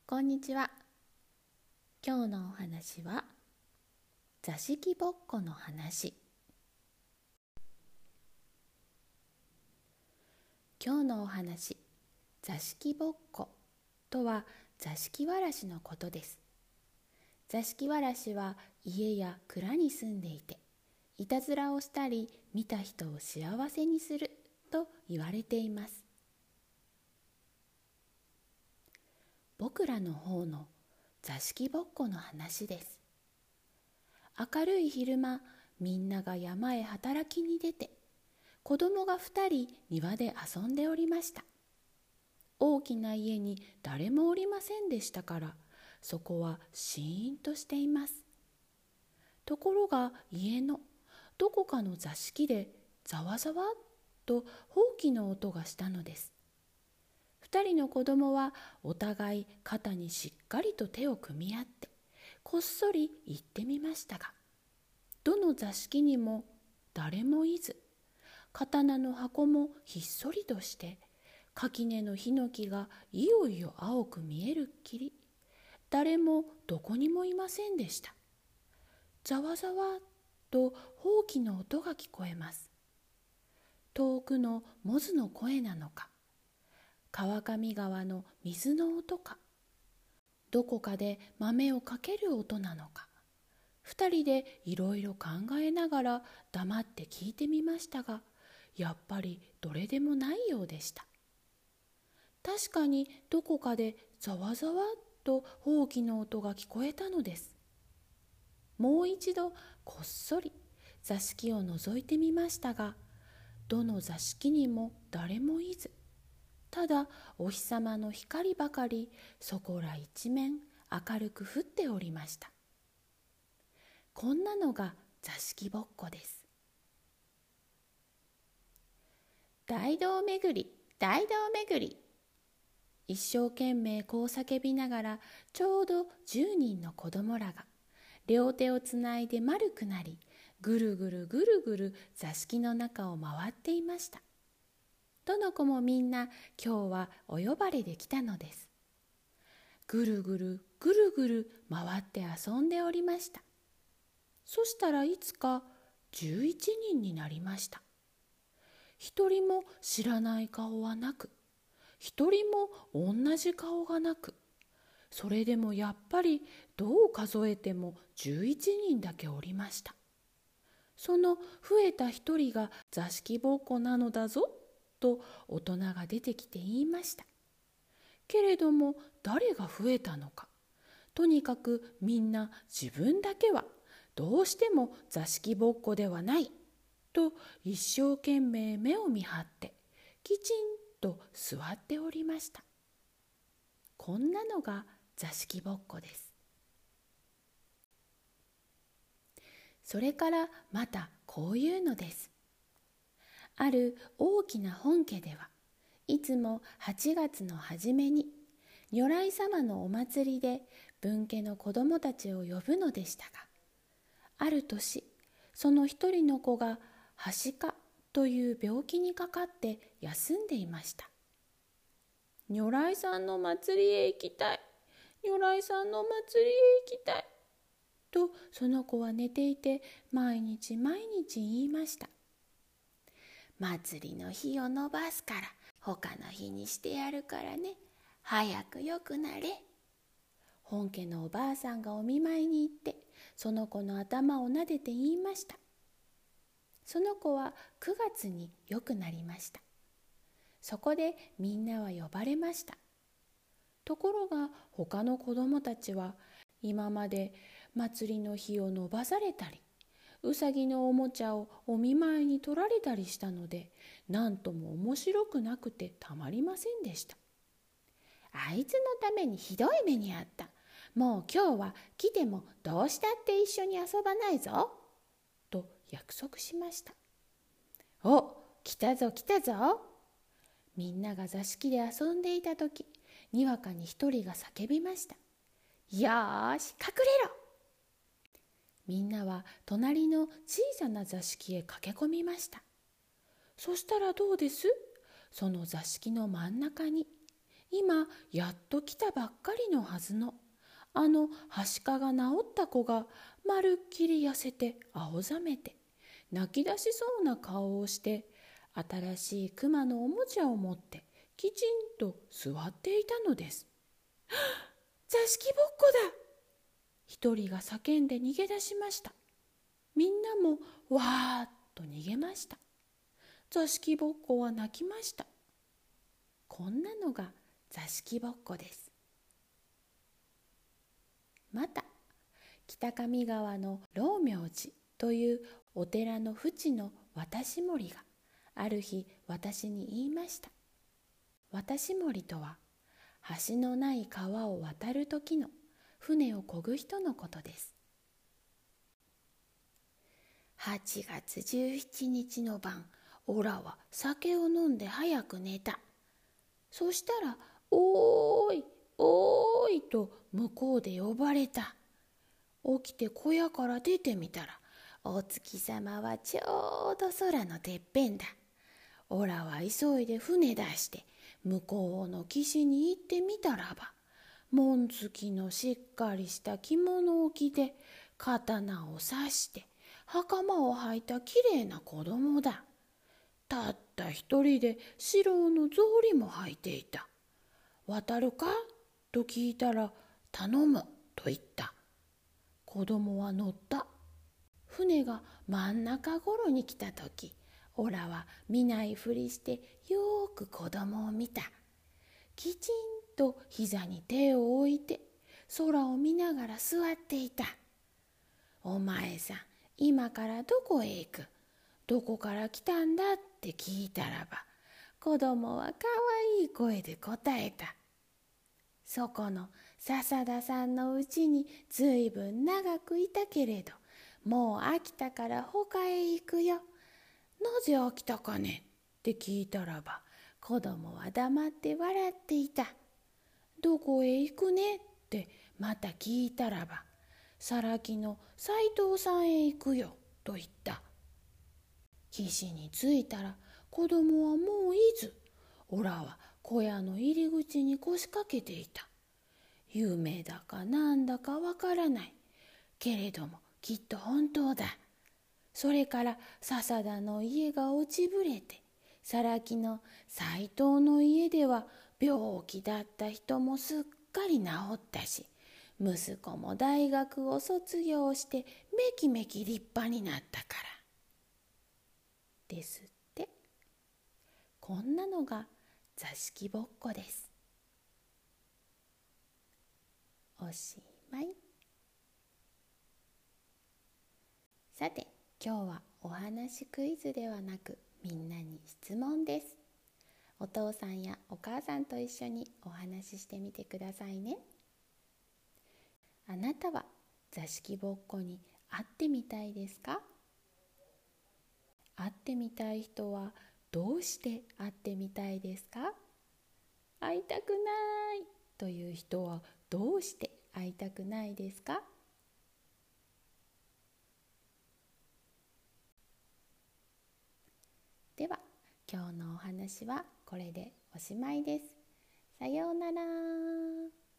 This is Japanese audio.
こんにちは。今日のお話は座敷ぼっこの話。今日のお話、座敷ぼっことは座敷わらしのことです。座敷わらしは家や蔵に住んでいて、いたずらをしたり見た人を幸せにすると言われています。僕らの方の座敷ぼっこの話です。明るい昼間、みんなが山へ働きに出て、子供が2人庭で遊んでおりました。大きな家に誰もおりませんでしたから、そこはシーンとしています。ところが家のどこかの座敷でざわざわっとほうきの音がしたのです。2人の子供はお互い肩にしっかりと手を組み合ってこっそり行ってみましたが、どの座敷にも誰もいず、刀の箱もひっそりとして、垣根のヒノキがいよいよ青く見えるっきり、誰もどこにもいませんでした。ざわざわっとほうきの音が聞こえます。遠くのモズの声なのか、川上川の水の音か、どこかで豆をかける音なのか、2人でいろいろ考えながら黙って聞いてみましたが、やっぱりどれでもないようでした。確かにどこかでざわざわっとほうきの音が聞こえたのです。もう一度こっそり座敷を覗いてみましたが、どの座敷にも誰もいず、ただお日様の光ばかりそこら一面明るく降っておりました。こんなのが座敷ぼっこです。大道巡り、大道巡り。一生懸命こう叫びながら、ちょうど10人の子供らが両手をつないで丸くなり、ぐるぐるぐるぐる座敷の中を回っていました。どの子もみんな今日はお呼ばれで来たのです。ぐるぐるぐるぐる回って遊んでおりました。そしたらいつか11人になりました。一人も知らない顔はなく、一人も同じ顔がなく、それでもやっぱりどう数えても11人だけおりました。その増えた一人が座敷ぼっこなのだぞと大人が出てきて言いました。けれども誰が増えたのか、とにかくみんな自分だけはどうしても座敷ぼっこではないと一生懸命目を見張ってきちんと座っておりました。こんなのが座敷ぼっこです。それからまたこういうのです。ある大きな本家ではいつも8月の初めに如来様のお祭りで分家の子供たちを呼ぶのでしたが、ある年その一人の子がはしかという病気にかかって休んでいました。如来さんの祭りへ行きたい、如来さんの祭りへ行きたいとその子は寝ていて毎日毎日言いました。祭りの日を延ばすから他の日にしてやるからね、早くよくなれ。本家のおばあさんがお見舞いに行ってその子の頭を撫でて言いました。その子は9月によくなりました。そこでみんなは呼ばれました。ところが他の子供たちは今まで祭りの日を延ばされたり、うさぎのおもちゃをお見舞いに取られたりしたので、なんとも面白くなくてたまりませんでした。あいつのためにひどい目にあった。もう今日は来てもどうしたって一緒に遊ばないぞと約束しました。お、来たぞ来たぞ。みんなが座敷で遊んでいたとき、にわかに一人が叫びました。よーし、隠れろ。みんなは隣の小さな座敷へ駆け込みました。そしたらどうです？その座敷の真ん中に今やっと来たばっかりのはずのはしかが治った子がまるっきり痩せて青ざめて泣き出しそうな顔をして新しい熊のおもちゃを持ってきちんと座っていたのです。座敷ぼっこだ！一人が叫んで逃げ出しました。みんなもわーっと逃げました。座敷ぼっこは泣きました。こんなのが座敷ぼっこです。また北上川の老明寺というお寺の淵の渡し森がある日私に言いました。渡し森とは橋のない川を渡る時の船を漕ぐ人のことです。8月17日の晩、オラは酒を飲んで早く寝た。そしたら、おーい、おーいと向こうで呼ばれた。起きて小屋から出てみたら、お月様はちょうど空のてっぺんだ。オラは急いで船出して、向こうの岸に行ってみたらば、紋付きのしっかりした着物を着て、刀を刺して、袴を履いたきれいな子供だ。たった一人で白の草履も履いていた。渡るかと聞いたら、頼むと言った。子供は乗った。船が真ん中頃に来たとき、オラは見ないふりしてよーく子供を見た。きちんと膝に手を置いて空を見ながら座っていた。お前さん、今からどこへ行く？どこから来たんだって聞いたらば、子供はかわいい声で答えた。そこの笹田さんのうちにずいぶん長くいたけれど、もう飽きたから他へ行くよ。なぜ飽きたかねって聞いたらば、子供は黙って笑っていた。どこへ行くねってまた聞いたらば、さらきの斎藤さんへ行くよと言った。岸に着いたら子供はもういず、オラは小屋の入り口に腰掛けていた。夢だかなんだかわからない。けれどもきっと本当だ。それから笹田の家が落ちぶれて、さらきの斎藤の家では病気だった人もすっかり治ったし、息子も大学を卒業してめきめき立派になったから。ですって。こんなのが座敷ぼっこです。おしまい。さて、今日はお話クイズではなくみんなに質問です。お父さんやお母さんと一緒にお話ししてみてくださいね。あなたは座敷ぼっこに会ってみたいですか？会ってみたい人はどうして会ってみたいですか？会いたくないという人はどうして会いたくないですか？では、今日のお話はこれでおしまいです。さようなら。